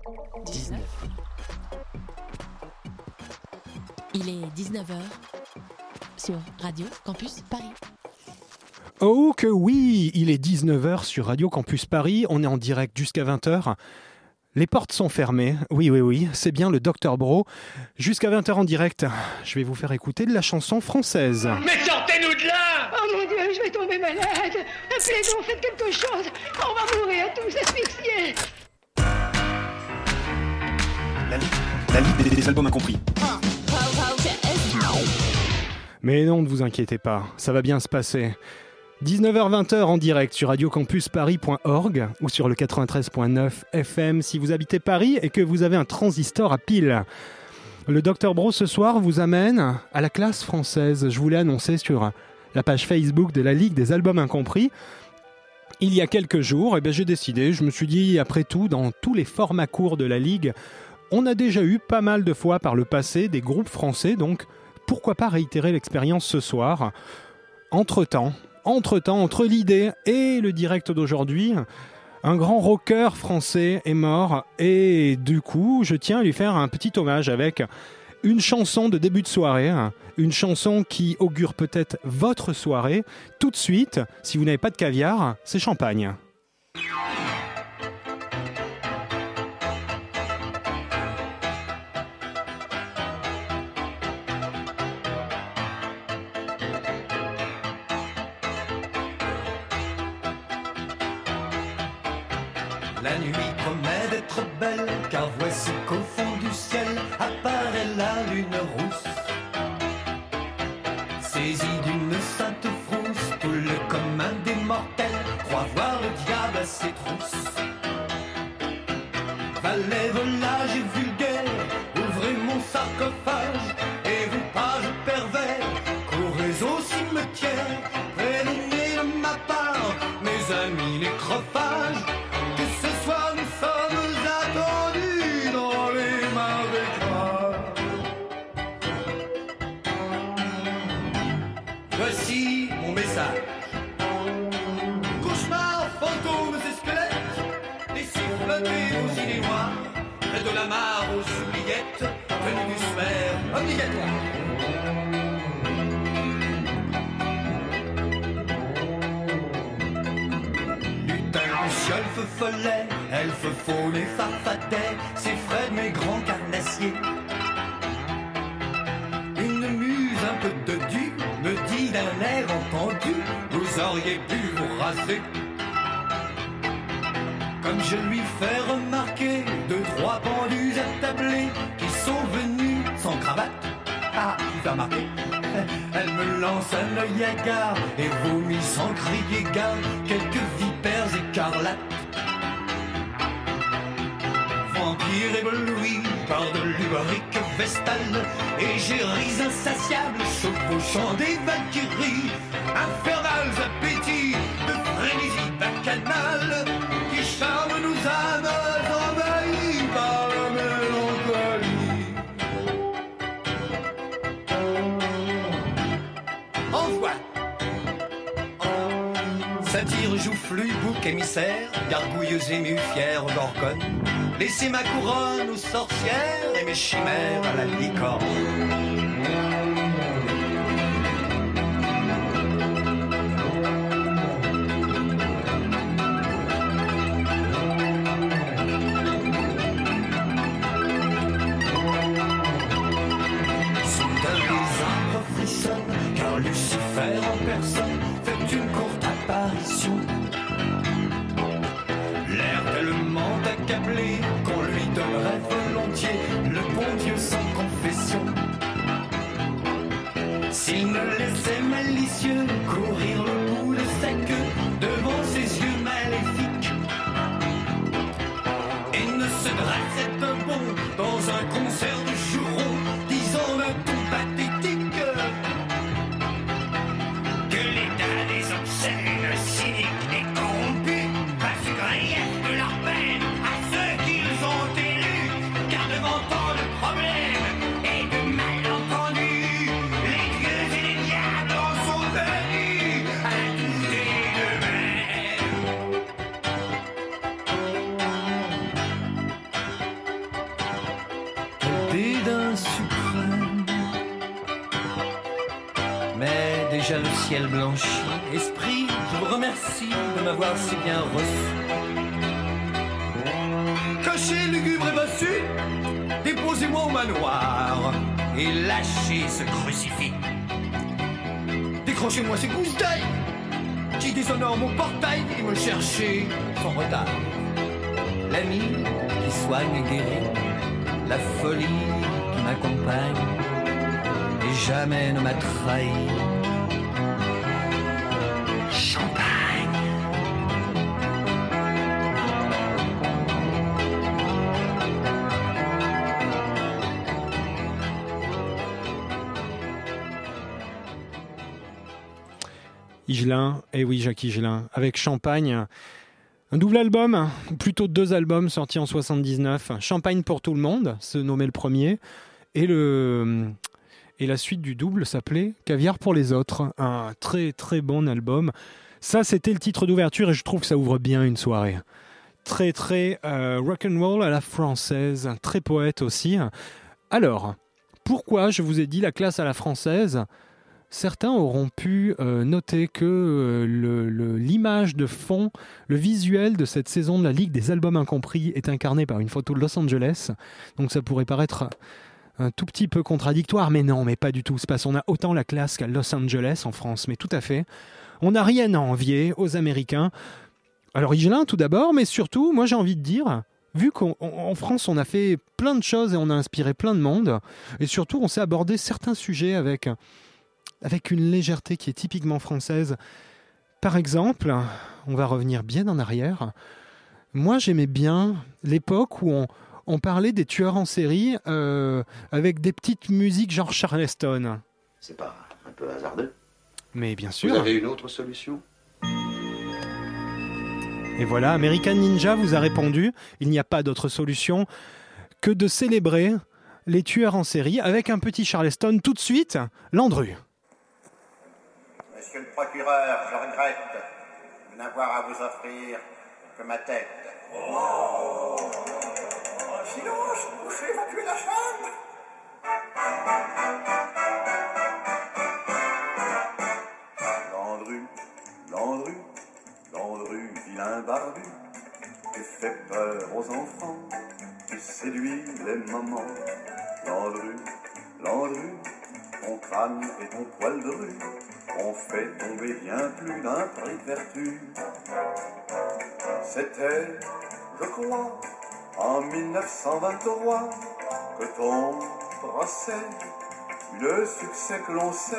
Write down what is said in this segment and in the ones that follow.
19. Il est 19h sur Radio Campus Paris. Oh que oui, il est 19h sur Radio Campus Paris, on est en direct jusqu'à 20h. Les portes sont fermées, oui, c'est bien le Dr Bro. Jusqu'à 20h en direct, je vais vous faire écouter de la chanson française. Mais sortez-nous de là! Oh mon Dieu, je vais tomber malade! Appelez donc, faites quelque chose! On va mourir tous asphyxiés! La Ligue des albums incompris. Mais non, ne vous inquiétez pas, ça va bien se passer. 19h-20h en direct sur radiocampusparis.org ou sur le 93.9 FM si vous habitez Paris et que vous avez un transistor à pile. Le Dr Bro ce soir vous amène à la classe française. Je vous l'ai annoncé sur la page Facebook de la Ligue des albums incompris. Il y a quelques jours, j'ai décidé, je me suis dit, après tout, dans tous les formats courts de la Ligue, on a déjà eu pas mal de fois par le passé des groupes français, donc pourquoi pas réitérer l'expérience ce soir. Entre-temps, entre l'idée et le direct d'aujourd'hui, un grand rocker français est mort et du coup, je tiens à lui faire un petit hommage avec une chanson de début de soirée, une chanson qui augure peut-être votre soirée. Tout de suite, si vous n'avez pas de caviar, c'est champagne. La nuit promet d'être belle, car voici qu'au fond du ciel apparaît la lune rousse. Saisi d'une sainte frousse, tout le commun des mortels croit voir le diable à ses trousses. Valets, volages et vulgaires, ouvrez mon sarcophage, et vous pages pervers, courez au cimetière, prévenez de ma part, mes amis les crophages. Voici mon message. Cauchemars, fantômes et squelettes, laissez flotter vos idées noires, près de la mare aux oubliettes, tenue du sphère obligatoire. Lutin, luciole, follet, elfe, faune et farfadet, c'est Fred, mes grands carnassiers. Une muse un peu dodue me dit d'un air entendu, vous auriez pu vous raser. Comme je lui fais remarquer deux, trois pendus attablés qui sont venus sans cravate. Ah, tu vas remarquer. Elle me lance un œil hagard et vomit sans crier gare quelques vipères écarlates. Vampire ébloui par de l'ubérique vestale, égéries insatiables chevauchant des valkyries, infernales appétits de frénésie bacchanale qui charment nos âmes envahies par la mélancolie. Envoie satire joufflu, bouc émissaire, gargouilleuse émue, fière gorgone, laissez ma couronne aux sorcières et mes chimères à la licorne. Soudain les arbres frissonnent, car Lucifer en personne fait une courte apparition. L'air tellement accablé qu'on lui donnerait volontiers le bon Dieu sans confession. S'il me laissait malicieux courir le bout de sa queue devant ses yeux maléfiques et ne se dressait un bond dans un concert de jurons disant d'un ton pathétique que l'état des obscènes, cyniques et corrompus passe grief de leur peine à ceux qu'ils ont élus, car devant tant de problèmes et de malentendus, les dieux et les diables en sont venus à douter d'eux-mêmes. bien suprême. Mais déjà le ciel blanchit. Esprit, je vous remercie de m'avoir si bien reçu. Cocher lugubre et bossu, déposez-moi au manoir et lâchez ce crucifix. Décrochez-moi ces gousses d'ail qui déshonorent mon portail et me cherchez sans retard. L'ami qui soigne et guérit, la folie qui m'accompagne et jamais ne m'a trahi. Champagne. Higelin, eh oui, Jacques Higelin, avec Champagne. Un double album, ou plutôt 2 albums sortis en 79. Champagne pour tout le monde, se nommait le premier, et la suite du double s'appelait Caviar pour les autres. Un très très bon album. Ça, c'était le titre d'ouverture et je trouve que ça ouvre bien une soirée. Très très rock'n'roll à la française, très poète aussi. Alors, pourquoi je vous ai dit la classe à la française ? Certains auront pu noter que l'image de fond, le visuel de cette saison de la Ligue des Albums Incompris est incarné par une photo de Los Angeles. Donc ça pourrait paraître un tout petit peu contradictoire, mais non, mais pas du tout. C'est parce qu'on a autant la classe qu'à Los Angeles en France, mais tout à fait. On n'a rien à envier aux Américains. Alors Higelin tout d'abord, mais surtout, moi j'ai envie de dire, vu qu'en France on a fait plein de choses et on a inspiré plein de monde, et surtout on sait aborder certains sujets avec une légèreté qui est typiquement française. Par exemple, on va revenir bien en arrière. Moi, j'aimais bien l'époque où on parlait des tueurs en série avec des petites musiques genre Charleston. C'est pas un peu hasardeux? Mais bien sûr. Vous avez une autre solution? Et voilà, American Ninja vous a répondu, il n'y a pas d'autre solution que de célébrer les tueurs en série avec un petit Charleston. Tout de suite, Landru. Monsieur le procureur, je regrette de n'avoir à vous offrir que ma tête. Oh, silence, vous faites évacuer la chambre. Landru, vilain barbu, tu fais peur aux enfants, tu séduis les mamans. Landru, ton crâne et ton poil de rue ont fait tomber bien plus d'un prix de vertu. C'était, je crois, en 1923 que ton procès eut le succès que l'on sait.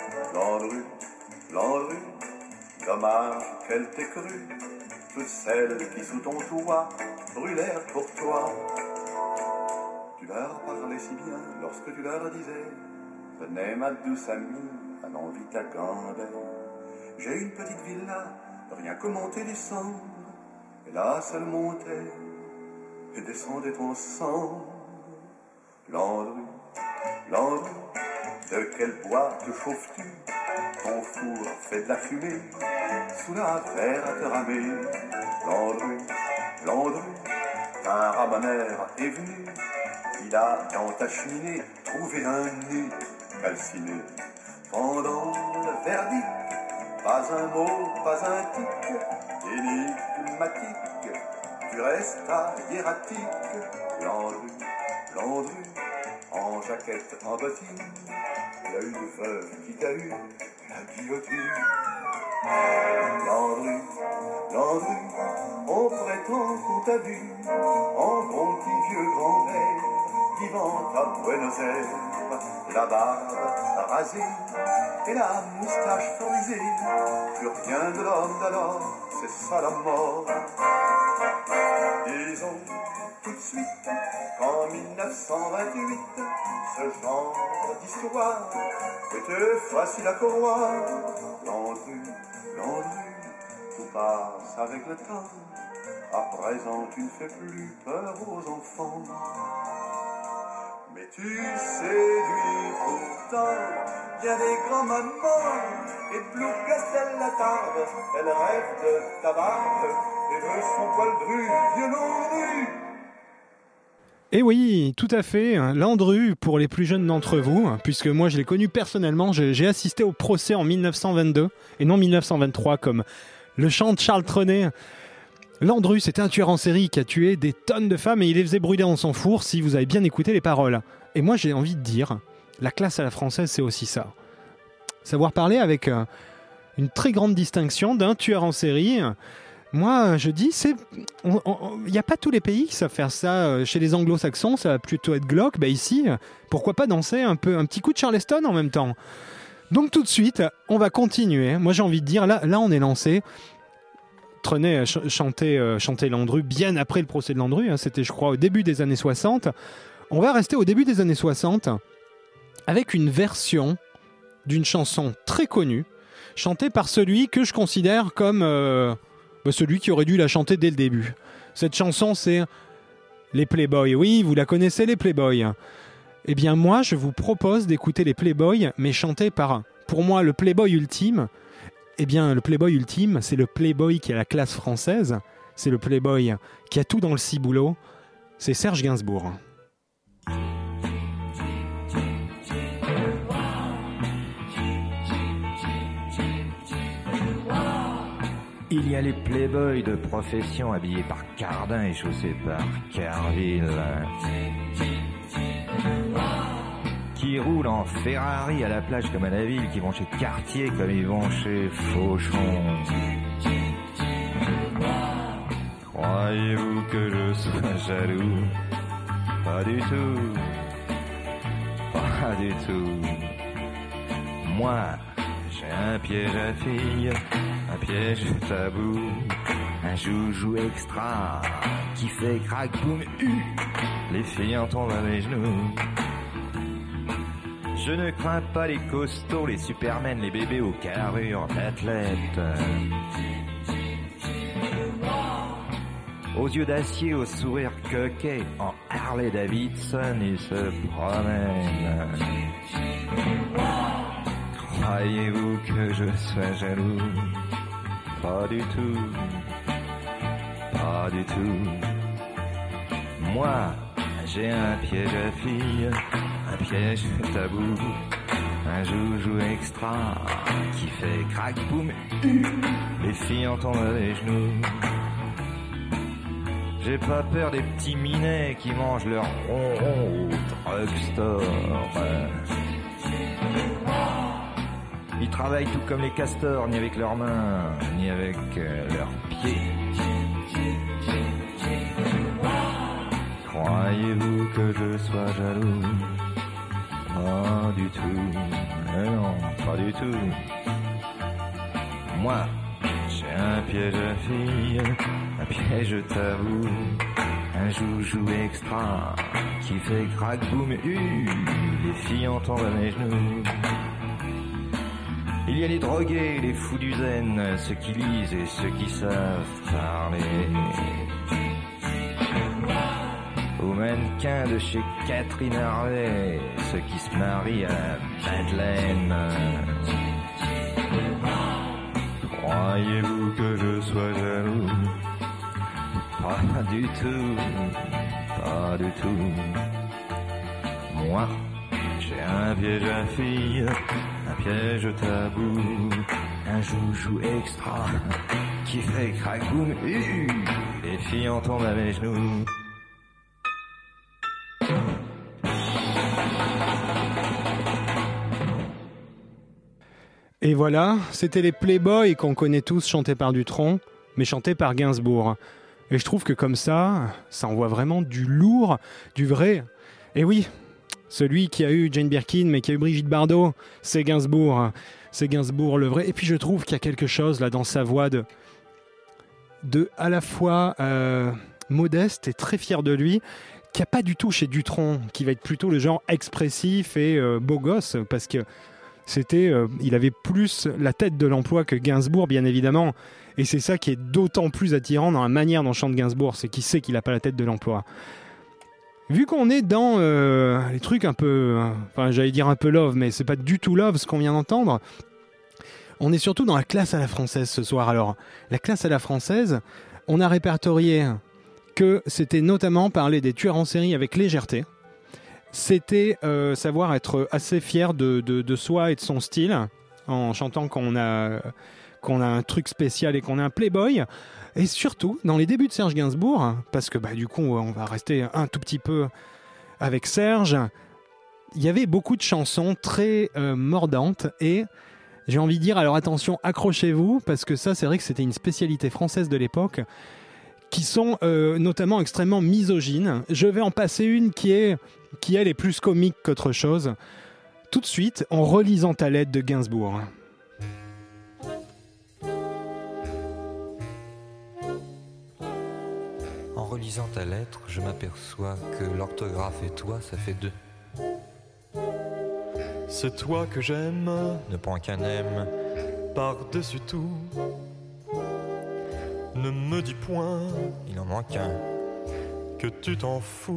Landru, dommage qu'elle t'ait cru, toutes celles qui sous ton toit brûlèrent pour toi. Tu leur parlais si bien lorsque tu leur disais: venez ma douce amie, allons vite à Gambais. J'ai une petite villa, rien que monter descendre, et là seul montait et descendait ensemble. Landru, de quel bois te chauffes-tu? Ton four fait de la fumée, sous la terre à te ramer. Landru, un ramoneur est venu, il a dans ta cheminée trouvé un nez calciné. Pendant le verdict, pas un mot, pas un tic, énigmatique, tu restas hiératique. Landru, en jaquette, en bottine, il y a une veuve qui t'a eu la guillotine. Landru, on prétend qu'on t'a vu en bon petit vieux grand-père, vivant à Buenos Aires, la barbe rasée et la moustache frisée. Plus rien de l'homme d'alors, c'est ça la mort. Disons tout de suite qu'en 1928, ce genre d'histoire était facile à corroir. Landru, tout passe avec le temps. À présent, tu ne fais plus peur aux enfants. Mais tu séduis pourtant bien des grands-mamans. Et plus qu'elle la tarde, elle rêve de ta barbe et de son poil dru, violon nu. Et oui, tout à fait. Landru, pour les plus jeunes d'entre vous, puisque moi je l'ai connu personnellement, j'ai assisté au procès en 1922, et non 1923 comme le chante Charles Trenet. Landru, c'était un tueur en série qui a tué des tonnes de femmes et il les faisait brûler dans son four si vous avez bien écouté les paroles. Et moi j'ai envie de dire, la classe à la française c'est aussi ça. Savoir parler avec une très grande distinction d'un tueur en série. Moi, je dis, il n'y a pas tous les pays qui savent faire ça. Chez les anglo-saxons, ça va plutôt être glauque. Bah ici, pourquoi pas danser un petit coup de Charleston en même temps. Donc tout de suite, on va continuer. Moi, j'ai envie de dire, là on est lancé. Trenet chantait Landru bien après le procès de Landru. C'était, je crois, au début des années 60. On va rester au début des années 60 avec une version d'une chanson très connue, chantée par celui que je considère comme... celui qui aurait dû la chanter dès le début. Cette chanson, c'est les Playboys. Oui, vous la connaissez, les Playboys. Eh bien, moi, je vous propose d'écouter les Playboys, mais chantés par, pour moi, le Playboy ultime. Eh bien, le Playboy ultime, c'est le Playboy qui a la classe française. C'est le Playboy qui a tout dans le ciboulot. C'est Serge Gainsbourg. Il y a les playboys de profession habillés par Cardin et chaussés par Carville, qui roulent en Ferrari à la plage comme à la ville, qui vont chez Cartier comme ils vont chez Fauchon. Croyez-vous que je sois jaloux? Pas du tout, pas du tout. Moi, j'ai un piège à filles, un piège tabou, un joujou extra qui fait crack boum les filles en tombent à mes genoux. Je ne crains pas les costauds, les supermen, les bébés aux carrures d'athlètes. Aux yeux d'acier, au sourire coquet, en Harley Davidson, ils se promènent. Croyez-vous que je sois jaloux? Pas du tout, pas du tout. Moi, j'ai un piège à filles, un piège tabou, un joujou extra qui fait crack boum, les filles en tombent à les genoux. J'ai pas peur des petits minets qui mangent leur ronron au drugstore. Ils travaillent tout comme les castors, ni avec leurs mains, ni avec leurs pieds. Croyez-vous que je sois jaloux? Pas du tout, non, pas du tout. Moi, j'ai un piège à filles, un piège tabou, un joujou extra qui fait crack boum, les filles en tombent à mes genoux. Il y a les drogués, les fous du zen, ceux qui lisent et ceux qui savent parler. Aux mannequins de chez Catherine Harvey, ceux qui se marient à la Madeleine. Croyez-vous que je sois jaloux? Pas du tout, pas du tout. Moi, j'ai un piège à filles, un piège tabou, un joujou extra qui fait crack boum, les filles en tombent à mes genoux. Et voilà, c'était les Playboys qu'on connaît tous chantés par Dutronc, mais chantés par Gainsbourg. Et je trouve que comme ça envoie vraiment du lourd, du vrai. Et oui, celui qui a eu Jane Birkin, mais qui a eu Brigitte Bardot, c'est Gainsbourg. C'est Gainsbourg le vrai. Et puis je trouve qu'il y a quelque chose là dans sa voix de à la fois modeste et très fier de lui, qu'il n'y a pas du tout chez Dutronc, qui va être plutôt le genre expressif et beau gosse, parce que il avait plus la tête de l'emploi que Gainsbourg, bien évidemment. Et c'est ça qui est d'autant plus attirant dans la manière dont chante Gainsbourg, c'est qu'il sait qu'il n'a pas la tête de l'emploi. Vu qu'on est dans les trucs un peu... Enfin, j'allais dire un peu love, mais c'est pas du tout love ce qu'on vient d'entendre. On est surtout dans la classe à la française ce soir. Alors, la classe à la française, on a répertorié que c'était notamment parler des tueurs en série avec légèreté. C'était savoir être assez fier de soi et de son style, en chantant qu'on a un truc spécial et qu'on est un playboy. Et surtout, dans les débuts de Serge Gainsbourg, parce que du coup, on va rester un tout petit peu avec Serge, il y avait beaucoup de chansons très mordantes et j'ai envie de dire, alors attention, accrochez-vous, parce que ça, c'est vrai que c'était une spécialité française de l'époque, qui sont notamment extrêmement misogynes. Je vais en passer une qui elle est plus comique qu'autre chose. Tout de suite, en relisant ta lettre de Gainsbourg. En relisant ta lettre, je m'aperçois que l'orthographe et toi, ça fait 2. C'est toi que j'aime, ne prends qu'un M par-dessus tout. Ne me dis point, il en manque un, que tu t'en fous.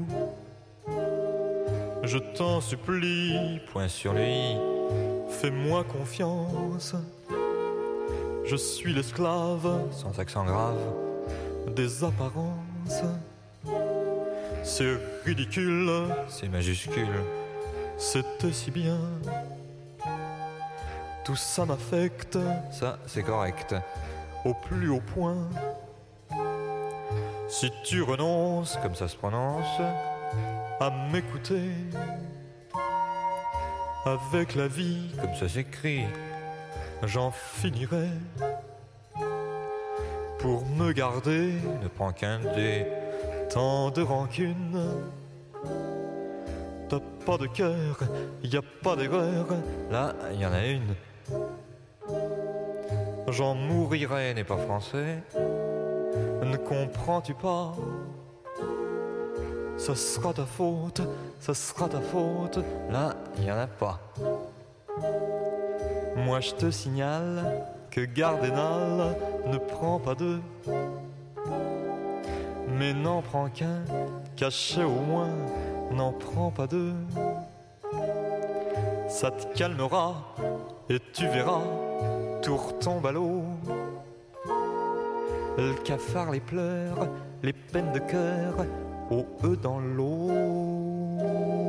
Je t'en supplie, point sur lui, fais-moi confiance. Je suis l'esclave, sans accent grave, des apparences. C'est ridicule, c'est majuscule, c'était si bien. Tout ça m'affecte, ça c'est correct, au plus haut point. Si tu renonces, comme ça se prononce, à m'écouter, avec la vie, comme ça s'écrit, j'en finirai. Pour me garder, ne prends qu'un dé, tant de rancune. T'as pas de cœur, y a pas d'erreur, là y en a une. J'en mourirai n'est pas français, ne comprends-tu pas? Ce sera ta faute, ce sera ta faute, là y en a pas. Moi je te signale que Gardénal ne prend pas deux, mais n'en prend qu'un, caché au moins, n'en prends pas deux. Ça te calmera et tu verras, tout retombe à l'eau. Le cafard, les pleurs, les peines de cœur, au E dans l'eau.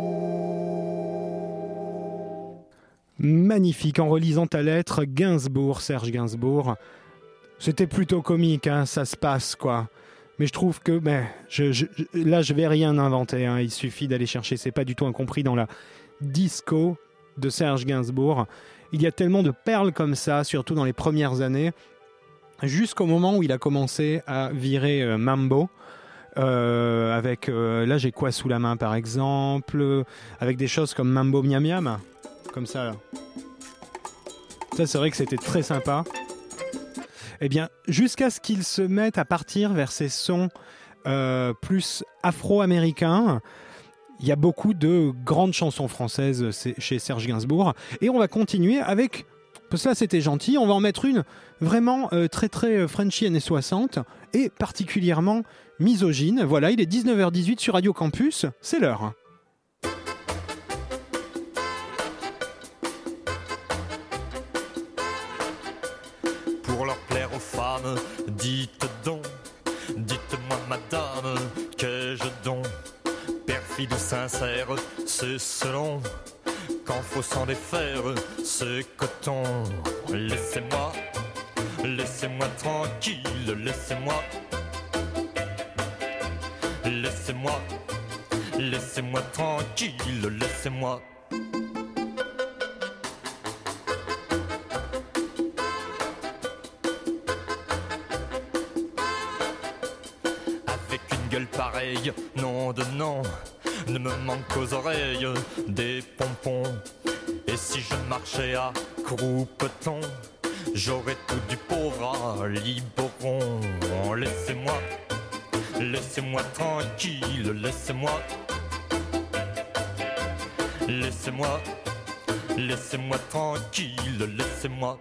Magnifique, en relisant ta lettre, Gainsbourg, Serge Gainsbourg. C'était plutôt comique, hein, ça se passe, quoi. Mais je trouve que, là, je vais rien inventer, hein, il suffit d'aller chercher, c'est pas du tout incompris dans la disco de Serge Gainsbourg. Il y a tellement de perles comme ça, surtout dans les premières années, jusqu'au moment où il a commencé à virer Mambo. Avec, là j'ai quoi sous la main par exemple, avec des choses comme Mambo Miam Miam, comme ça là. Ça c'est vrai que c'était très sympa. Eh bien, jusqu'à ce qu'il se mette à partir vers ces sons plus afro-américains, il y a beaucoup de grandes chansons françaises chez Serge Gainsbourg. Et on va continuer avec, parce que là c'était gentil, on va en mettre une vraiment très très Frenchy années 60 et particulièrement misogyne. Voilà, il est 19h18 sur Radio Campus, c'est l'heure. Pour leur plaire aux femmes, dites-moi madame, qu'ai-je donc? Perfide ou sincère, c'est selon. Quand faut s'en défaire, c'est coton. Laissez-moi tranquille, laissez-moi tranquille, laissez-moi. Avec une gueule pareille, nom de nom, ne me manque qu'aux oreilles des pompons. Et si je marchais à croupeton, j'aurais tout du pauvre à Liboron. Laissez-moi tranquille, laissez-moi tranquille, laissez-moi.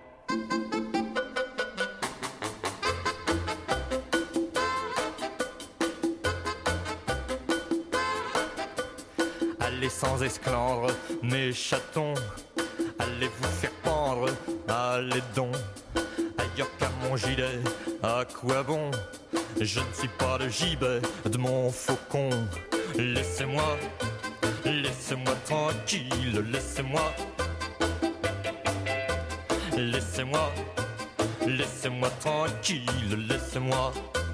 Allez sans esclandre, mes chatons, allez vous faire pendre, allez donc. Ailleurs qu'à mon gilet, à quoi bon Je ne suis pas le gibet de mon faucon. Laissez-moi tranquille, laissez-moi tranquille, laissez-moi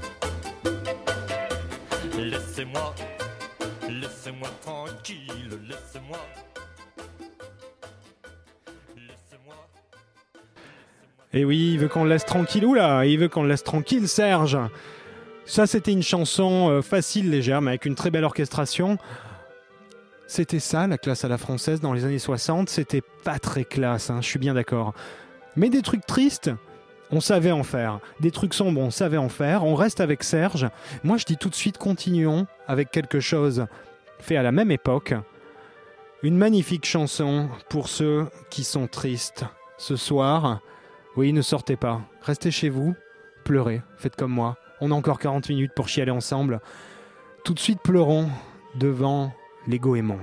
tranquille, laissez-moi. Et oui, il veut qu'on le laisse tranquille. Oula, il veut qu'on le laisse tranquille, Serge. Ça, c'était une chanson facile, légère, mais avec une très belle orchestration. C'était ça, la classe à la française dans les années 60. C'était pas très classe, hein, je suis bien d'accord. Mais des trucs tristes, on savait en faire. Des trucs sombres, on savait en faire. On reste avec Serge. Moi, je dis tout de suite, continuons avec quelque chose fait à la même époque. Une magnifique chanson pour ceux qui sont tristes. Ce soir, oui, ne sortez pas. Restez chez vous, pleurez, faites comme moi. On a encore 40 minutes pour chialer ensemble. Tout de suite, pleurons devant les goémons.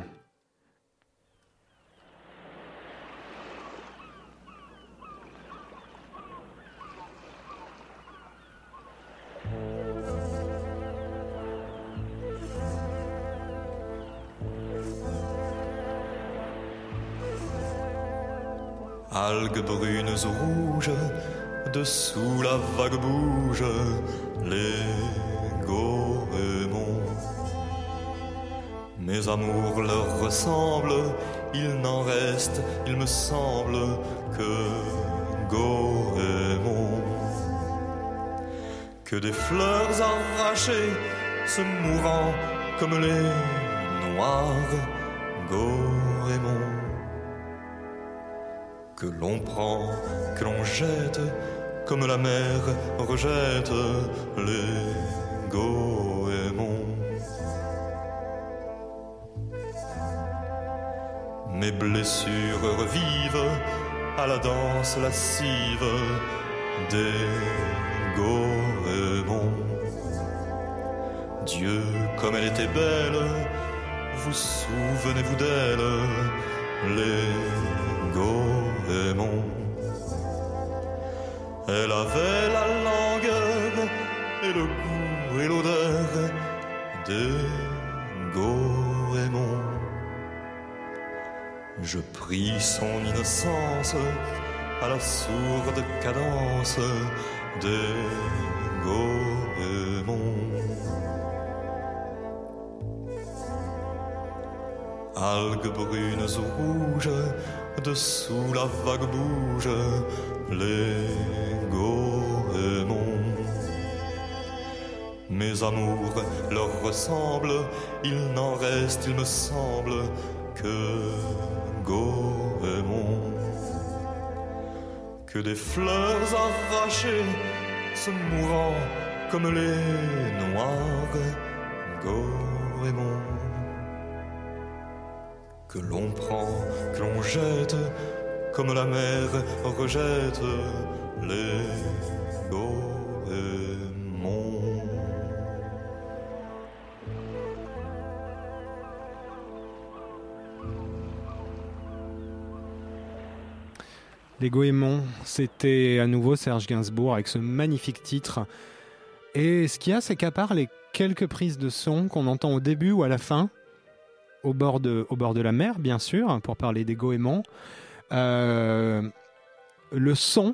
Algues brunes ou rouges, dessous la vague bouge, les goémons. Mes amours leur ressemblent, il n'en reste, il me semble, que goémons. Que des fleurs arrachées, se mourant comme les noirs goémons. Que l'on prend, que l'on jette, comme la mer rejette les goémons. Mes blessures revivent à la danse lascive des goémons. Dieu, comme elle était belle, vous souvenez-vous d'elle, les goémons. Elle avait la langueur et le goût et l'odeur des goémons. Je pris son innocence à la sourde cadence des goémons. Algues brunes ou rouges, dessous la vague bouge, les goémons. Mes amours leur ressemblent, il n'en reste, il me semble, que goémons. Que des fleurs arrachées, se mourant comme les noirs goémons. Que l'on prend, que l'on jette, comme la mer rejette les goémons. Les goémons, c'était à nouveau Serge Gainsbourg avec ce magnifique titre. Et ce qu'il y a, c'est qu'à part les quelques prises de son qu'on entend au début ou à la fin, au bord de la mer, bien sûr, pour parler des goémons, le son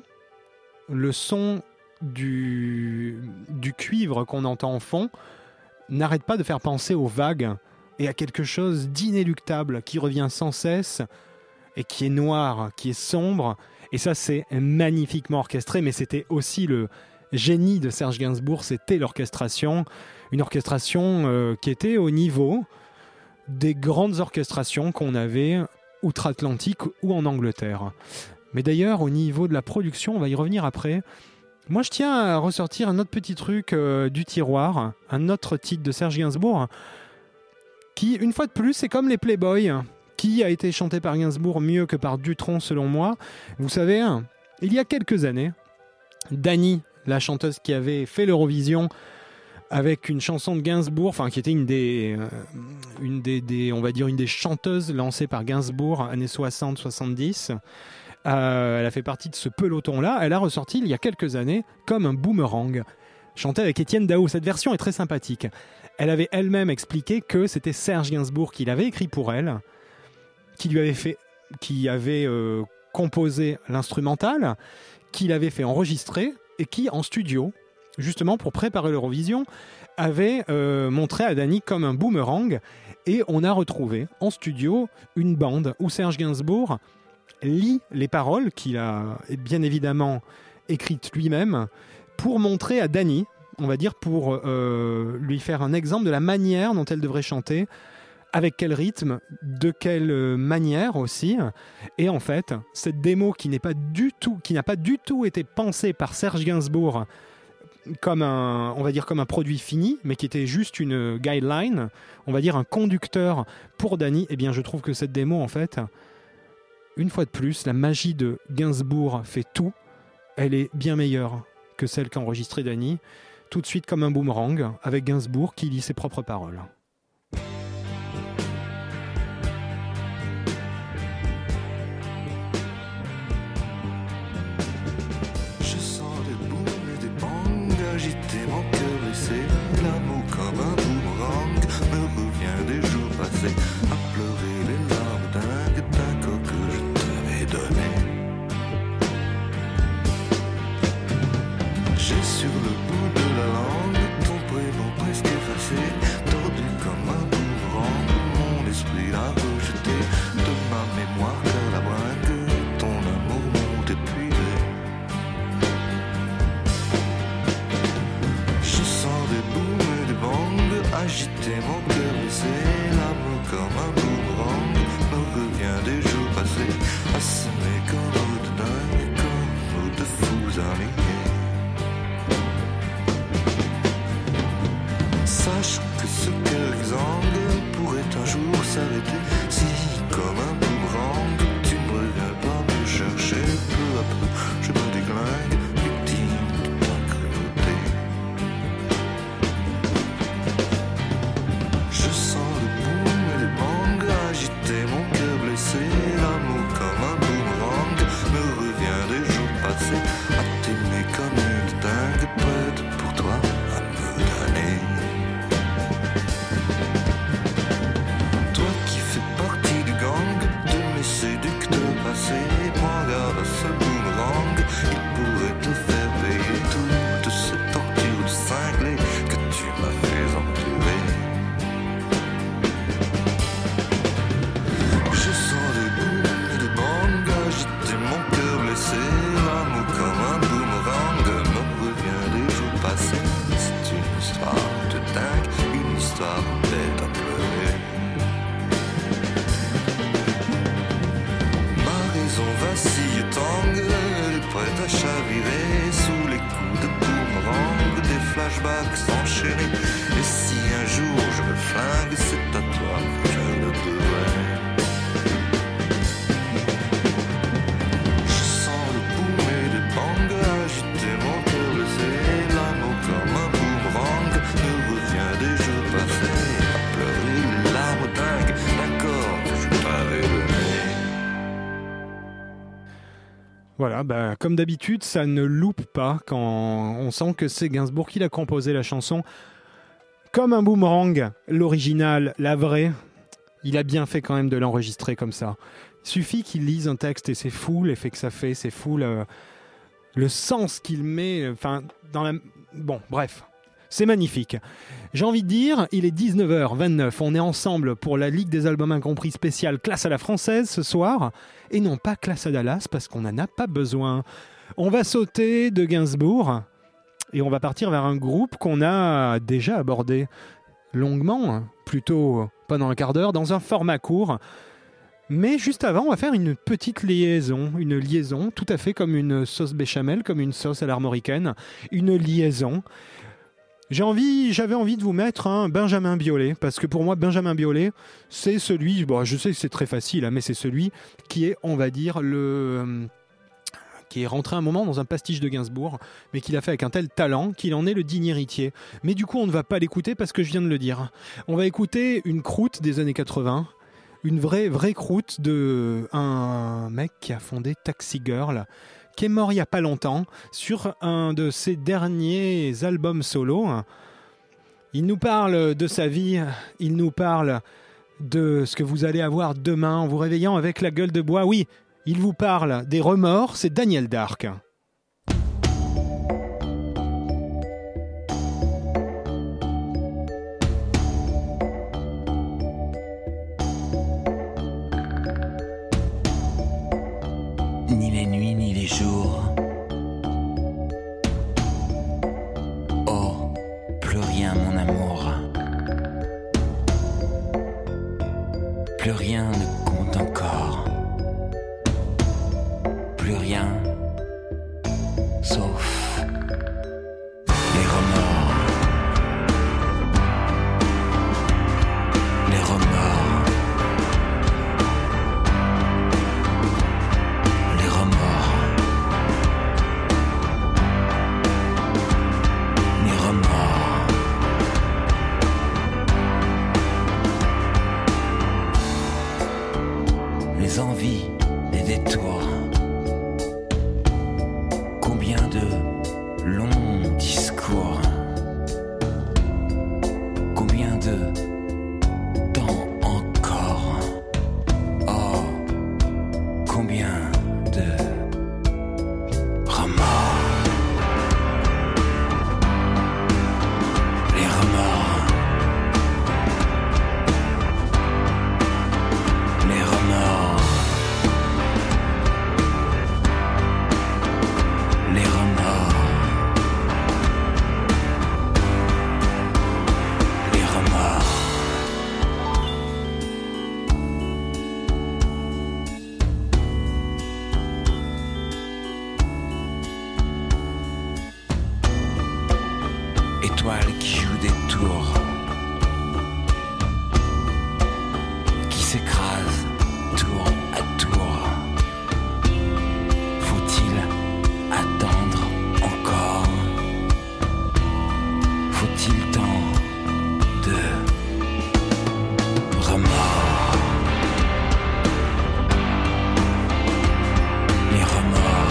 du cuivre qu'on entend en fond n'arrête pas de faire penser aux vagues et à quelque chose d'inéluctable qui revient sans cesse et qui est noir, qui est sombre. Et ça, c'est magnifiquement orchestré, mais c'était aussi le génie de Serge Gainsbourg, c'était l'orchestration, une orchestration qui était au niveau des grandes orchestrations qu'on avait outre-Atlantique ou en Angleterre. Mais d'ailleurs, au niveau de la production, on va y revenir après. Moi, je tiens à ressortir un autre petit truc du tiroir, un autre titre de Serge Gainsbourg, qui, une fois de plus, c'est comme les Playboys, qui a été chanté par Gainsbourg mieux que par Dutronc, selon moi. Vous savez, il y a quelques années, Dany, la chanteuse qui avait fait l'Eurovision, avec une chanson de Gainsbourg, enfin qui était une des chanteuses lancées par Gainsbourg, années 60-70. Elle a fait partie de ce peloton-là. Elle a ressorti il y a quelques années comme un boomerang chantait avec Étienne Dao. Cette version est très sympathique. Elle avait elle-même expliqué que c'était Serge Gainsbourg qui l'avait écrit pour elle, qui avait composé l'instrumental, qui l'avait fait enregistrer et qui, en studio, justement pour préparer l'Eurovision, avait montré à Dany comme un boomerang. Et on a retrouvé en studio une bande où Serge Gainsbourg lit les paroles qu'il a bien évidemment écrites lui-même pour montrer à Dany, on va dire pour lui faire un exemple de la manière dont elle devrait chanter, avec quel rythme, de quelle manière aussi. Et en fait, cette démo qui n'a pas du tout été pensée par Serge Gainsbourg comme un produit fini, mais qui était juste une guideline, on va dire un conducteur pour Dany, eh bien je trouve que cette démo, en fait, une fois de plus, la magie de Gainsbourg fait tout. Elle est bien meilleure que celle qu'a enregistrée Dany, tout de suite comme un boomerang, avec Gainsbourg qui lit ses propres paroles. Agiter mon cœur blessé, l'amour comme un boomerang me revient des jours passés, à pleurer les larmes d'un corps que je t'avais donné. J'ai sur le bout de la langue ton prénom presque effacé, tordu comme un boomerang, mon esprit l'a rejeté de ma mémoire car la bringue, ton amour m'ont épuisé. Agiter mon cœur blessé, l'amour comme un boomerang me revient des jours passés, à s'aimer comme de dingue, comme de fous alignés. Sache que ce cœur exsangue pourrait un jour s'arrêter, si comme un boomerang tu ne reviens pas me chercher, peu à peu je me déglingue, victime de ta cruauté. Mon cœur blessé, l'amour comme un boomerang me revient des jours passés, à t'aimer comme une dingue, prête pour toi à me donner. Toi qui fais partie du gang de mes séducteurs passés, prends garde à ce boomerang, il pourrait te faire payer toutes ces tortures de cinglé que tu m'as fait endurer. L'amour comme un boomerang me revient des jours passés. C'est une histoire de dingue, une histoire bête à pleurer. Ma raison vacille tangue, elle est prête à chavirer sous les coups de boomerang, des flashbacks s'enchaîner. Et si un jour je me flingue, c'est à toi que je le devrais. Agiter mon cœur blessé, l'amour comme un boomerang me revient des jours passés, à pleurer les larmes dingues d'un corps que je t'avais donné. Voilà, comme d'habitude, ça ne loupe pas quand on sent que c'est Gainsbourg qui l'a composé la chanson. Comme un boomerang, l'original, la vraie, il a bien fait quand même de l'enregistrer comme ça. Il suffit qu'il lise un texte et c'est fou l'effet que ça fait, c'est fou le sens qu'il met, Bon, bref, c'est magnifique. J'ai envie de dire, il est 19h29, on est ensemble pour la Ligue des albums incompris spéciale Classe à la française ce soir, et non pas Classe à Dallas, parce qu'on n'en a pas besoin. On va sauter de Gainsbourg, et on va partir vers un groupe qu'on a déjà abordé longuement, plutôt pendant un quart d'heure, dans un format court. Mais juste avant, on va faire une petite liaison, tout à fait comme une sauce béchamel, comme une sauce à l'armoricaine, une liaison. J'avais envie de vous mettre un Benjamin Biolay, parce que pour moi, Benjamin Biolay, c'est celui, je sais que c'est très facile, mais c'est celui qui est, on va dire, qui est rentré un moment dans un pastiche de Gainsbourg, mais qu'il a fait avec un tel talent qu'il en est le digne héritier. Mais du coup, on ne va pas l'écouter parce que je viens de le dire. On va écouter une croûte des années 80, une vraie croûte de un mec qui a fondé Taxi Girl, qui est mort il n'y a pas longtemps, sur un de ses derniers albums solo. Il nous parle de sa vie, il nous parle de ce que vous allez avoir demain en vous réveillant avec la gueule de bois. Oui, il vous parle des remords, c'est Daniel Dark. Ni les nuits ni les jours. Oh, plus rien mon amour. Plus rien ne compte encore. Plus rien, sauf les remords. Les remords. Les remords. Les remords. Les envies, les détours. Combien de longs discours. Combien de temps encore. Oh, combien de remords. Les remords. Les remords. Les remords. Les remords. Étoiles qui jouent des tours, qui s'écrasent tour à tour. Faut-il attendre encore? Faut-il tant de remords? Les remords.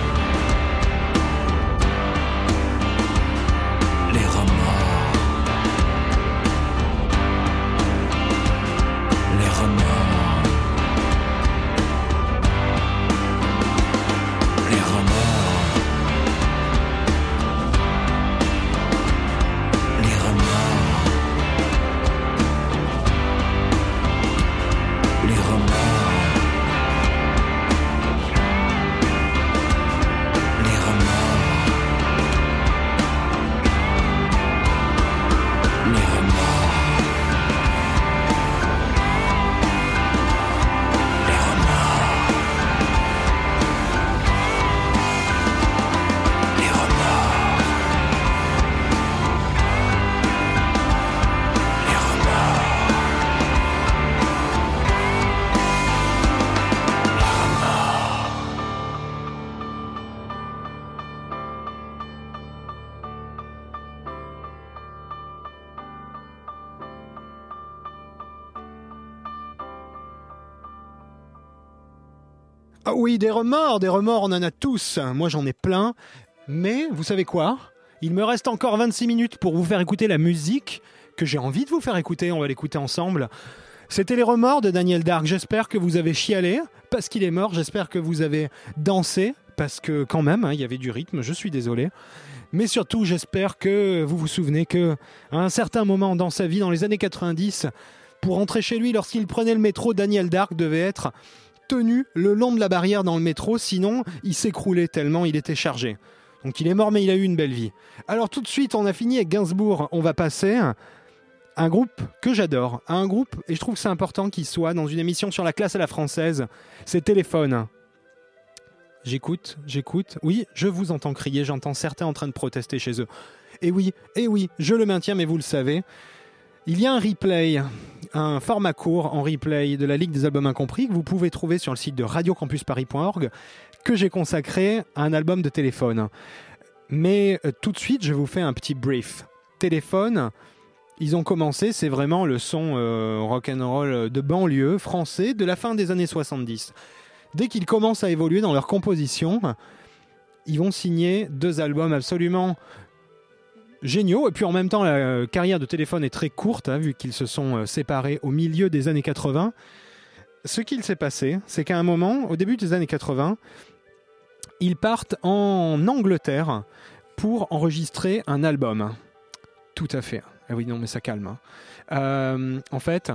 Les remords. Les remords. Les remords. Les remords. Les remords. Les remords. Les remords. Les remords. Les remords. Les remords. Ah oui, des remords, on en a tous. Moi, j'en ai plein. Mais vous savez quoi? Il me reste encore 26 minutes pour vous faire écouter la musique que j'ai envie de vous faire écouter. On va l'écouter ensemble. C'était les remords de Daniel Dark. J'espère que vous avez chialé parce qu'il est mort. J'espère que vous avez dansé parce que quand même, il y avait du rythme. Je suis désolé. Mais surtout, j'espère que vous vous souvenez que à un certain moment dans sa vie, dans les années 90, pour rentrer chez lui, lorsqu'il prenait le métro, Daniel Dark devait être tenu le long de la barrière dans le métro, sinon il s'écroulait tellement il était chargé. Donc il est mort mais il a eu une belle vie. Alors tout de suite on a fini avec Gainsbourg, on va passer à un groupe que j'adore, à un groupe, et je trouve que c'est important qu'il soit dans une émission sur la classe à la française, c'est Téléphone. J'écoute, oui, je vous entends crier, j'entends certains en train de protester chez eux. Et oui, je le maintiens mais vous le savez, il y a un replay, un format court en replay de la Ligue des albums incompris que vous pouvez trouver sur le site de radiocampusparis.org que j'ai consacré à un album de Téléphone. Mais tout de suite, je vous fais un petit brief. Téléphone, ils ont commencé, c'est vraiment le son rock'n'roll de banlieue français de la fin des années 70. Dès qu'ils commencent à évoluer dans leur composition, ils vont signer 2 albums absolument géniaux. Et puis en même temps, la carrière de Téléphone est très courte, vu qu'ils se sont séparés au milieu des années 80. Ce qu'il s'est passé, c'est qu'à un moment, au début des années 80, ils partent en Angleterre pour enregistrer un album. Tout à fait. Ah oui, non, mais ça calme. En fait,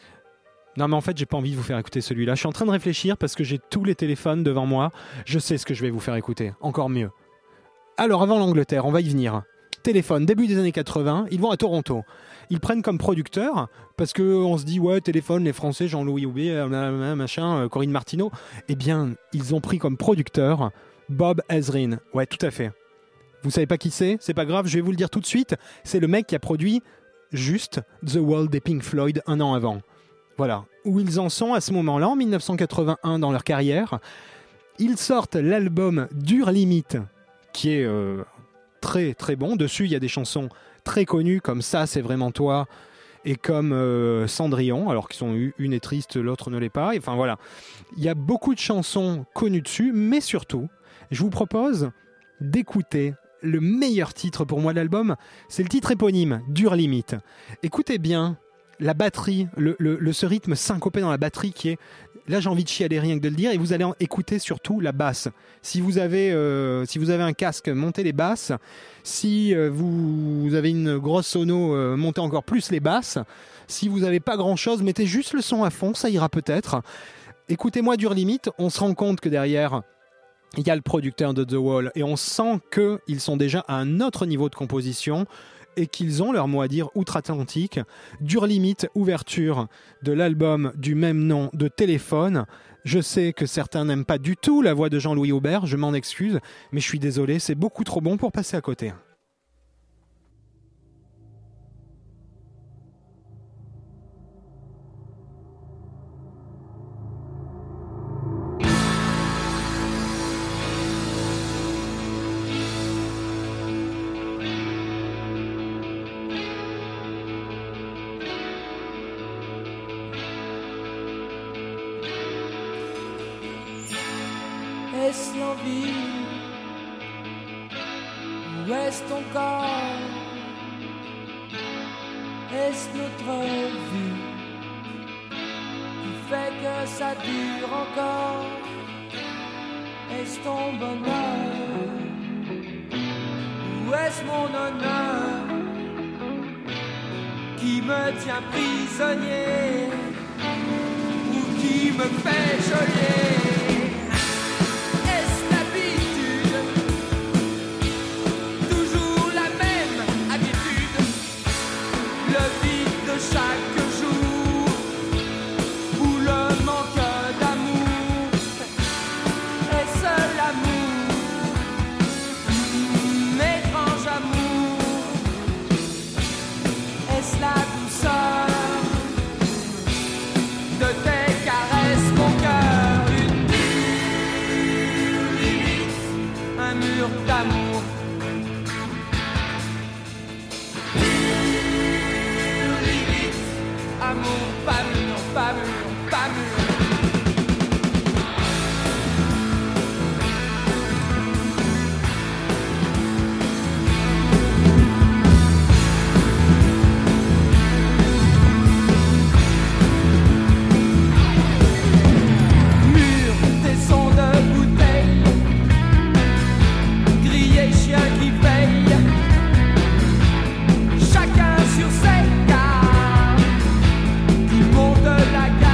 j'ai pas envie de vous faire écouter celui-là. Je suis en train de réfléchir parce que j'ai tous les téléphones devant moi. Je sais ce que je vais vous faire écouter. Encore mieux. Alors, avant l'Angleterre, on va y venir. Téléphone, début des années 80, ils vont à Toronto. Ils prennent comme producteur, parce qu'on se dit, ouais, Téléphone, les Français, Jean-Louis Aubé, machin, Corinne Martineau. Eh bien, ils ont pris comme producteur Bob Ezrin. Ouais, tout à fait. Vous savez pas qui c'est ? C'est pas grave, je vais vous le dire tout de suite. C'est le mec qui a produit juste The Wall des Pink Floyd 1 an avant. Voilà. Où ils en sont à ce moment-là, en 1981 dans leur carrière. Ils sortent l'album Dure Limite, qui est très très bon. Dessus, il y a des chansons très connues comme Ça, c'est vraiment toi, et comme Cendrillon, alors qu'ils sont une est triste, l'autre ne l'est pas. Enfin voilà. Il y a beaucoup de chansons connues dessus, mais surtout, je vous propose d'écouter le meilleur titre pour moi de l'album, c'est le titre éponyme, Dure Limite. Écoutez bien la batterie, ce rythme syncopé dans la batterie qui est... Là, j'ai envie de chialer rien que de le dire, et vous allez écouter surtout la basse. Si vous avez un casque, montez les basses. Si vous avez une grosse sono, montez encore plus les basses. Si vous n'avez pas grand-chose, mettez juste le son à fond, ça ira peut-être. Écoutez-moi Dure Limite, on se rend compte que derrière... il y a le producteur de The Wall et on sent qu'ils sont déjà à un autre niveau de composition et qu'ils ont leur mot à dire outre-Atlantique. Dure Limite, ouverture de l'album du même nom de Téléphone. Je sais que certains n'aiment pas du tout la voix de Jean-Louis Aubert, je m'en excuse, mais je suis désolé, c'est beaucoup trop bon pour passer à côté. Est-ce l'envie ou est-ce ton corps? Est-ce notre vie qui fait que ça dure encore? Est-ce ton bonheur ou est-ce mon honneur qui me tient prisonnier ou qui me fait geôlier? Chaque jour ou le manque d'amour, est-ce l'amour, étrange amour, est-ce la douceur de tes caresses, mon cœur, une dure limite, un mur d'amour. Amour, pas mûr, pas mûr, pas mûr. Mur, tes sons de bouteille, grillé, chien qui veille, chacun sur ses gardes. Monte la garde.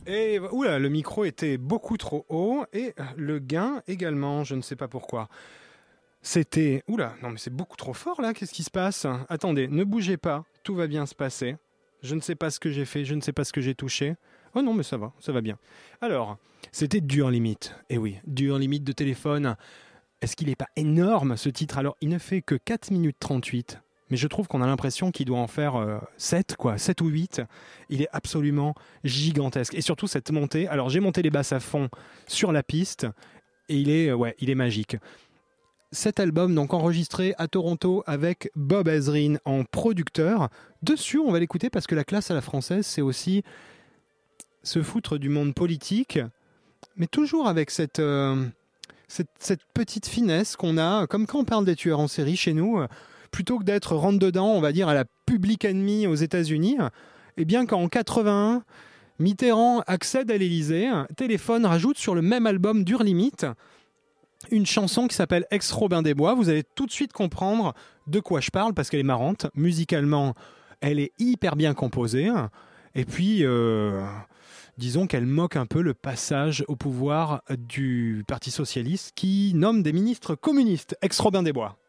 Et oula, le micro était beaucoup trop haut et le gain également, je ne sais pas pourquoi. C'était... Oula, non mais c'est beaucoup trop fort là, qu'est-ce qui se passe ? Attendez, ne bougez pas, tout va bien se passer. Je ne sais pas ce que j'ai fait, je ne sais pas ce que j'ai touché. Oh non, mais ça va bien. Alors, c'était Dur Limite. Et oui, Dur Limite de téléphone. Est-ce qu'il n'est pas énorme ce titre ? Alors, il ne fait que 4 minutes 38. Mais je trouve qu'on a l'impression qu'il doit en faire 7 ou 8. Il est absolument gigantesque. Et surtout cette montée. Alors j'ai monté les basses à fond sur la piste et il est magique. Cet album donc enregistré à Toronto avec Bob Ezrin en producteur. Dessus on va l'écouter parce que la classe à la française c'est aussi se foutre du monde politique, mais toujours avec cette petite finesse qu'on a, comme quand on parle des tueurs en série chez nous. Plutôt que d'être rentre-dedans, on va dire, à la Public Enemy aux États-Unis, eh bien, quand en 81, Mitterrand accède à l'Élysée, Téléphone rajoute sur le même album Dur Limite une chanson qui s'appelle Ex-Robin des Bois. Vous allez tout de suite comprendre de quoi je parle parce qu'elle est marrante. Musicalement, elle est hyper bien composée. Et puis, disons qu'elle moque un peu le passage au pouvoir du Parti Socialiste qui nomme des ministres communistes. Ex-Robin des Bois.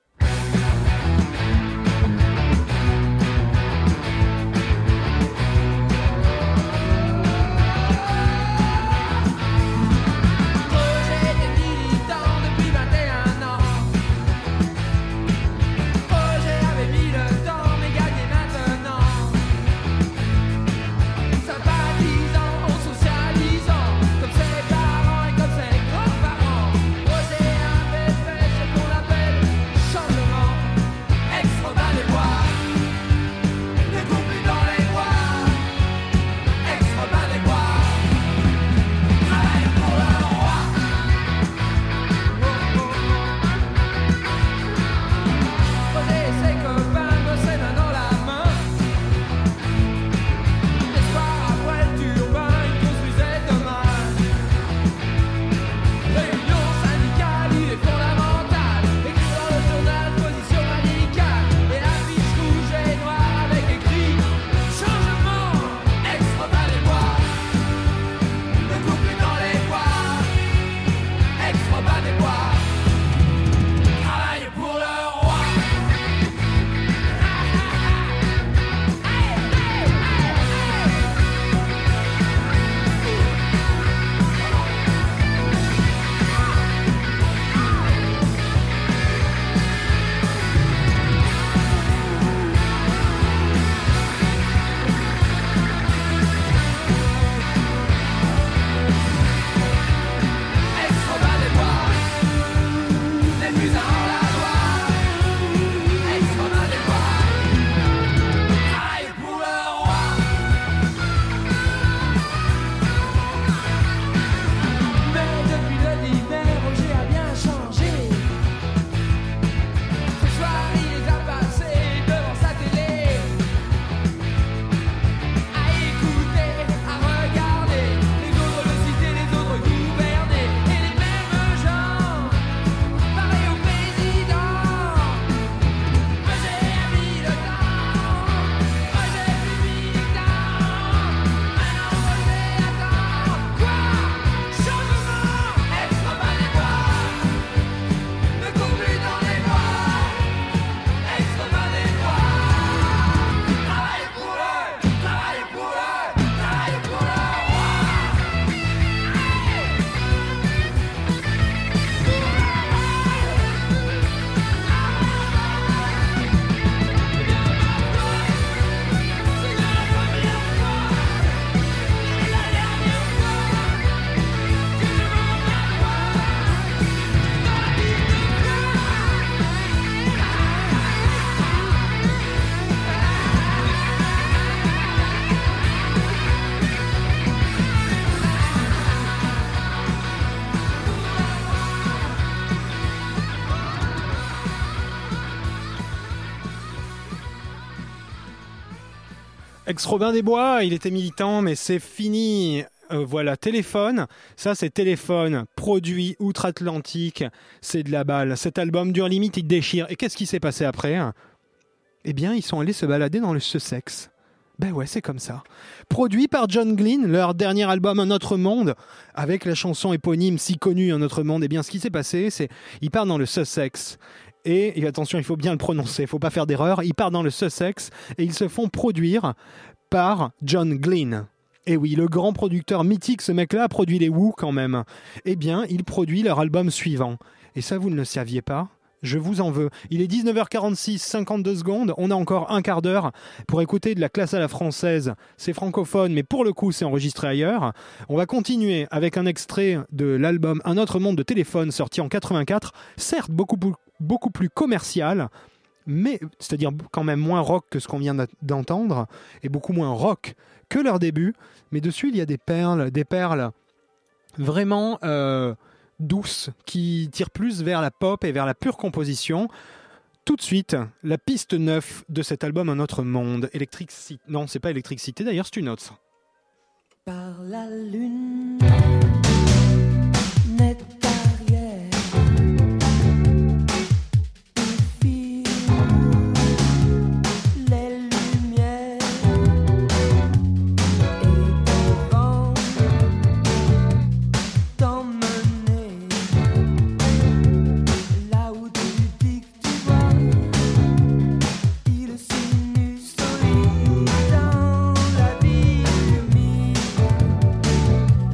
Ex-Robin des Bois, il était militant, mais c'est fini. Voilà, Téléphone. Ça, c'est Téléphone, produit outre-Atlantique. C'est de la balle. Cet album Dur Limite, il déchire. Et qu'est-ce qui s'est passé après ? Eh bien, ils sont allés se balader dans le Sussex. Ben ouais, c'est comme ça. Produit par John Glenn, leur dernier album Un autre monde, avec la chanson éponyme si connue Un autre monde. Eh bien, ce qui s'est passé, c'est ils partent dans le Sussex. Et attention, il faut bien le prononcer, il ne faut pas faire d'erreur. Ils partent dans le Sussex et ils se font produire par John Glenn. Et oui, le grand producteur mythique, ce mec-là a produit les Who quand même. Eh bien, il produit leur album suivant. Et ça, vous ne le saviez pas ? Je vous en veux. Il est 19h46, 52 secondes. On a encore un quart d'heure pour écouter de la classe à la française. C'est francophone, mais pour le coup, c'est enregistré ailleurs. On va continuer avec un extrait de l'album Un autre monde de Téléphone, sorti en 84. Certes, beaucoup plus commercial, mais c'est-à-dire quand même moins rock que ce qu'on vient d'entendre, et beaucoup moins rock que leur début. Mais dessus, il y a des perles vraiment... douce, qui tire plus vers la pop et vers la pure composition. Tout de suite, la piste 9 de cet album Un autre monde. Non, c'est pas Électricité, d'ailleurs, c'est une autre. Par la lune nette arrière, il file les lumières et devant t'emmener là où tu dis que tu vas. Il s'inustrie dans la vie humide.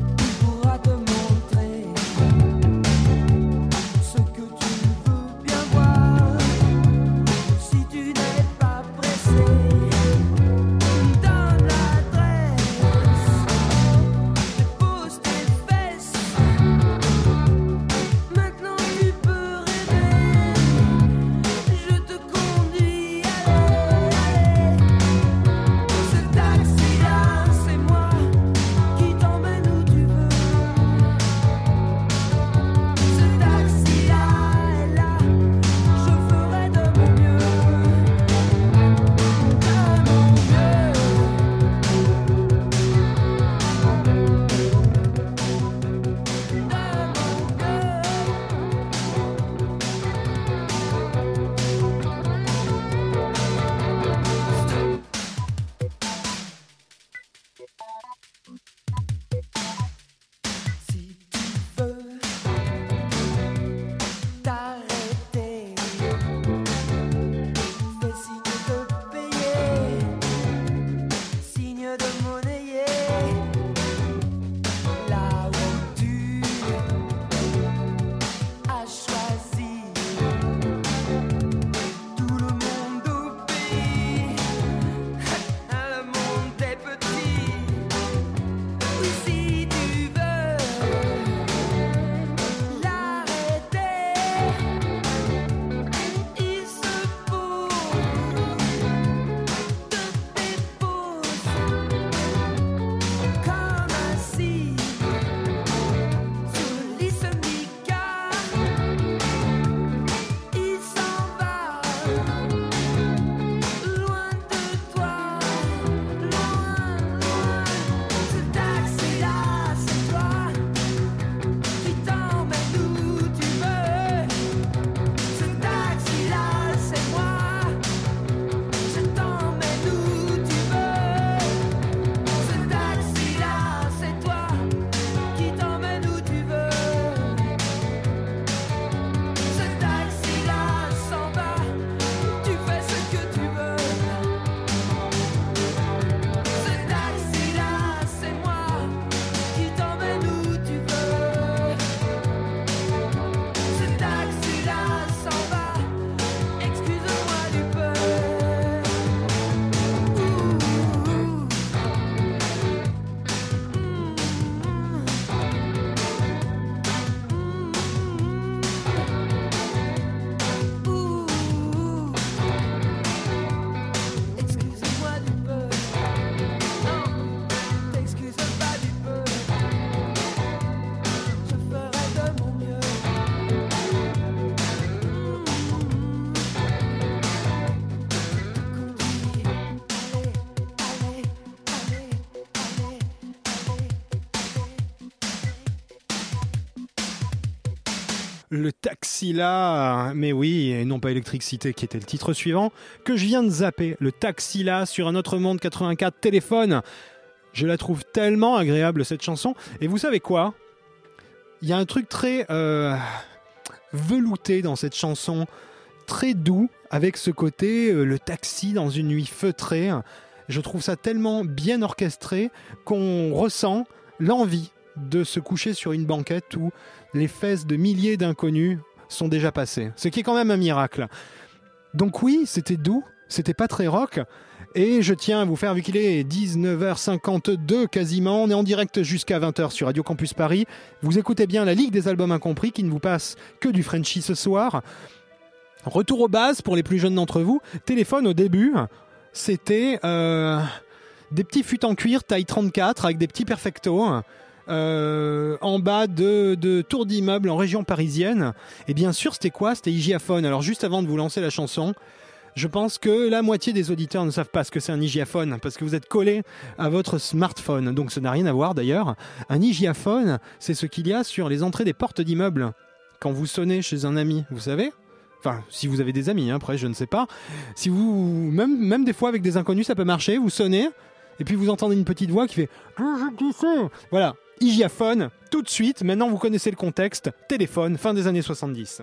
Le Taxila, mais oui, et non pas Électricité qui était le titre suivant, que je viens de zapper. Le Taxila sur un autre monde 84 téléphone. Je la trouve tellement agréable cette chanson. Et vous savez quoi ? Il y a un truc très velouté dans cette chanson, très doux, avec ce côté le taxi dans une nuit feutrée. Je trouve ça tellement bien orchestré qu'on ressent l'envie de se coucher sur une banquette où les fesses de milliers d'inconnus sont déjà passées. Ce qui est quand même un miracle. Donc oui, c'était doux, c'était pas très rock. Et je tiens à vous faire, vu qu'il est 19h52 quasiment, on est en direct jusqu'à 20h sur Radio Campus Paris. Vous écoutez bien la Ligue des Albums Incompris qui ne vous passe que du Frenchie ce soir. Retour aux bases pour les plus jeunes d'entre vous. Téléphone au début, c'était des petits fûts en cuir taille 34 avec des petits perfectos. En bas de tours d'immeubles en région parisienne. Et bien sûr, c'était quoi ? C'était Hygiaphone. Alors juste avant de vous lancer la chanson, je pense que la moitié des auditeurs ne savent pas ce que c'est un Hygiaphone, parce que vous êtes collé à votre smartphone. Donc ça n'a rien à voir d'ailleurs. Un Hygiaphone, c'est ce qu'il y a sur les entrées des portes d'immeubles. Quand vous sonnez chez un ami, vous savez ? Enfin, si vous avez des amis, hein, après je ne sais pas. Si vous, même des fois avec des inconnus, ça peut marcher. Vous sonnez, et puis vous entendez une petite voix qui fait « Voilà, Hygiaphone, tout de suite. Maintenant, vous connaissez le contexte. Téléphone, fin des années 70.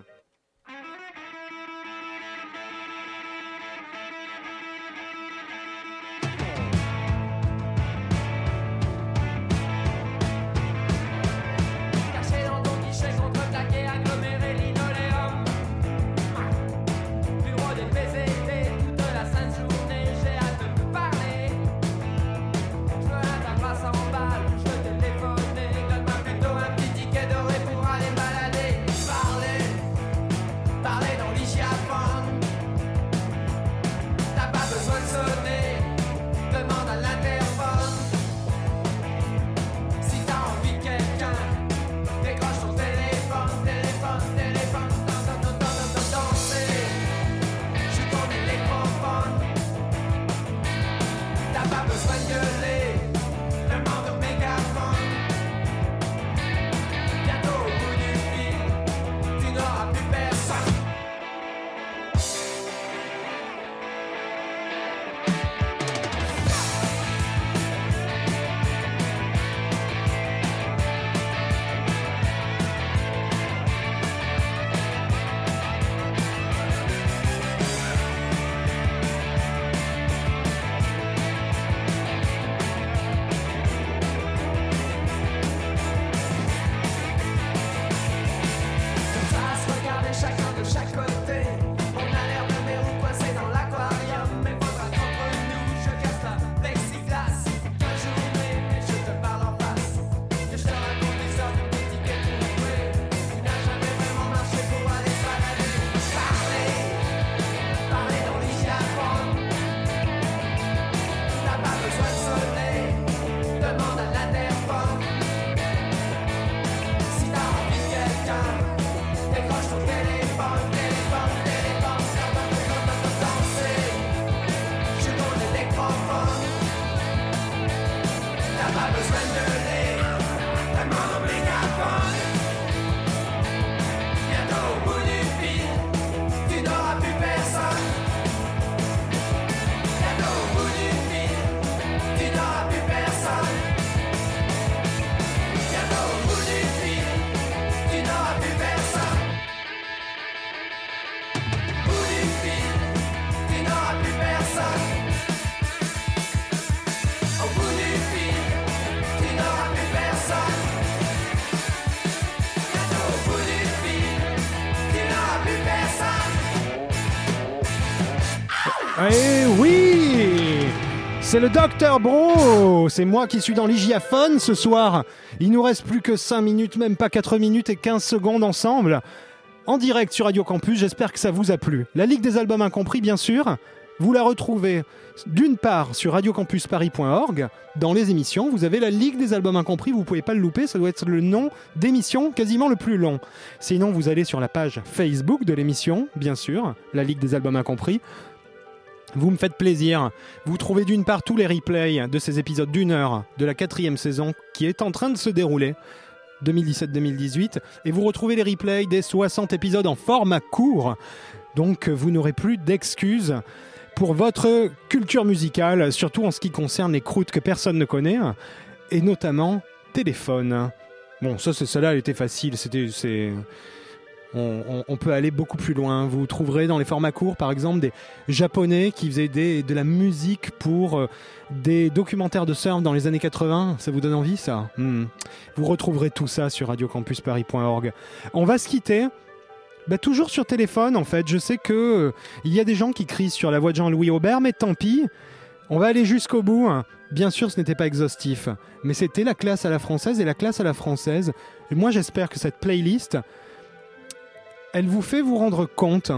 Eh oui, c'est le Dr Bro. C'est moi qui suis dans l'Hygiaphone ce soir. Il nous reste plus que 5 minutes, même pas 4 minutes et 15 secondes ensemble. En direct sur Radio Campus, j'espère que ça vous a plu. La Ligue des Albums Incompris, bien sûr. Vous la retrouvez d'une part sur radiocampusparis.org. Dans les émissions, vous avez la Ligue des Albums Incompris. Vous ne pouvez pas le louper, ça doit être le nom d'émission quasiment le plus long. Sinon, vous allez sur la page Facebook de l'émission, bien sûr, la Ligue des Albums Incompris. Vous me faites plaisir. Vous trouvez d'une part tous les replays de ces épisodes d'1 heure de la 4e saison qui est en train de se dérouler. 2017-2018. Et vous retrouvez les replays des 60 épisodes en format court. Donc vous n'aurez plus d'excuses pour votre culture musicale, surtout en ce qui concerne les croûtes que personne ne connaît, et notamment Téléphone. Bon, celle-là, elle était facile. On peut aller beaucoup plus loin. Vous trouverez dans les formats courts, par exemple, des Japonais qui faisaient de la musique pour des documentaires de surf dans les années 80. Ça vous donne envie, ça ? Vous retrouverez tout ça sur radiocampusparis.org. On va se quitter. Toujours sur Téléphone, en fait. Je sais qu'il y a des gens qui crient sur la voix de Jean-Louis Aubert, mais tant pis. On va aller jusqu'au bout. Bien sûr, ce n'était pas exhaustif, mais c'était la classe à la française, et la classe à la française. Et moi, j'espère que cette playlist, elle vous fait vous rendre compte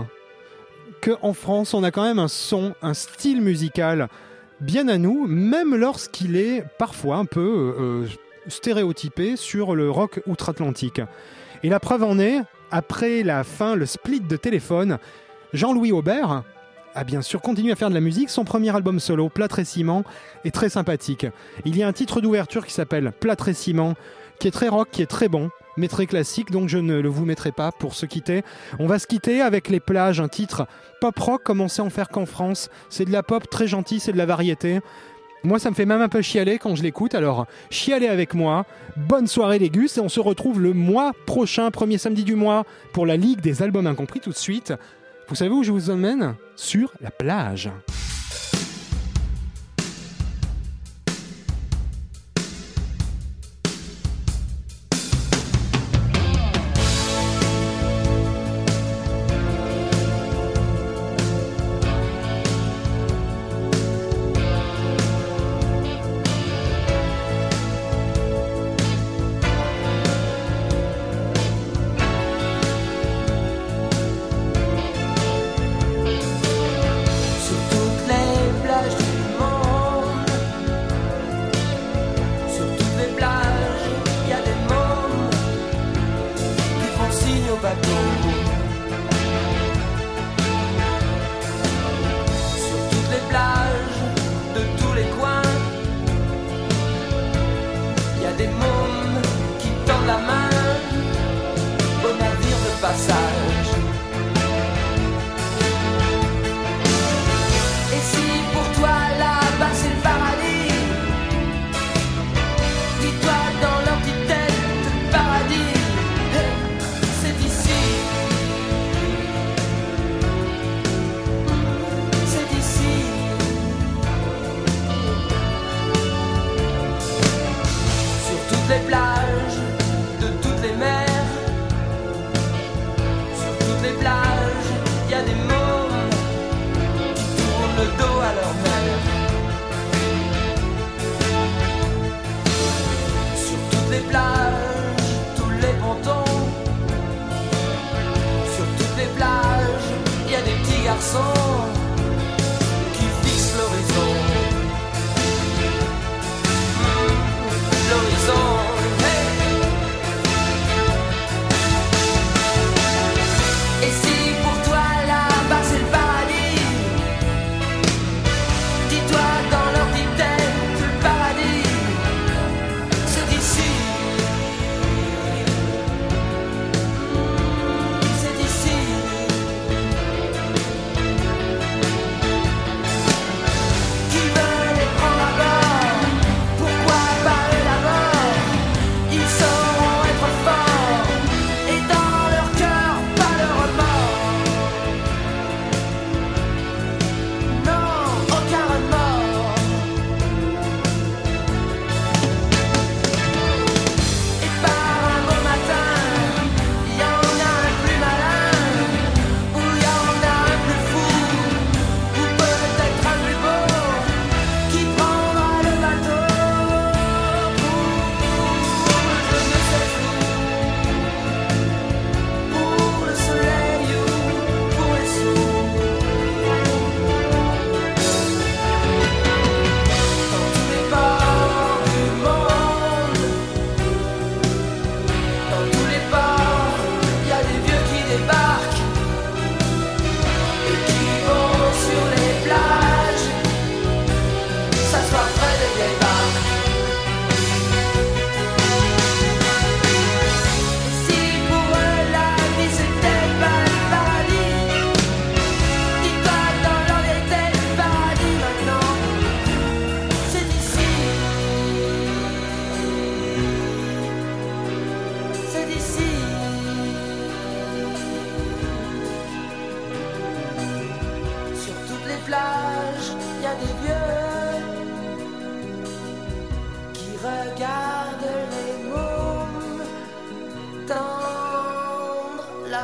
qu'en France, on a quand même un son, un style musical bien à nous, même lorsqu'il est parfois un peu stéréotypé sur le rock outre-Atlantique. Et la preuve en est, après la fin, le split de Téléphone, Jean-Louis Aubert a bien sûr continué à faire de la musique. Son premier album solo, Plâtre et Ciment, est très sympathique. Il y a un titre d'ouverture qui s'appelle Plâtre et Ciment, qui est très rock, qui est très bon, mais très classique, donc je ne le vous mettrai pas pour se quitter. On va se quitter avec Les Plages, un titre pop-rock comme on sait en faire qu'en France. C'est de la pop très gentille, c'est de la variété. Moi, ça me fait même un peu chialer quand je l'écoute, alors chialez avec moi. Bonne soirée les gus, et on se retrouve le mois prochain, premier samedi du mois, pour la Ligue des Albums Incompris. Tout de suite, vous savez où je vous emmène ? Sur la plage. Les plages de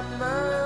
main.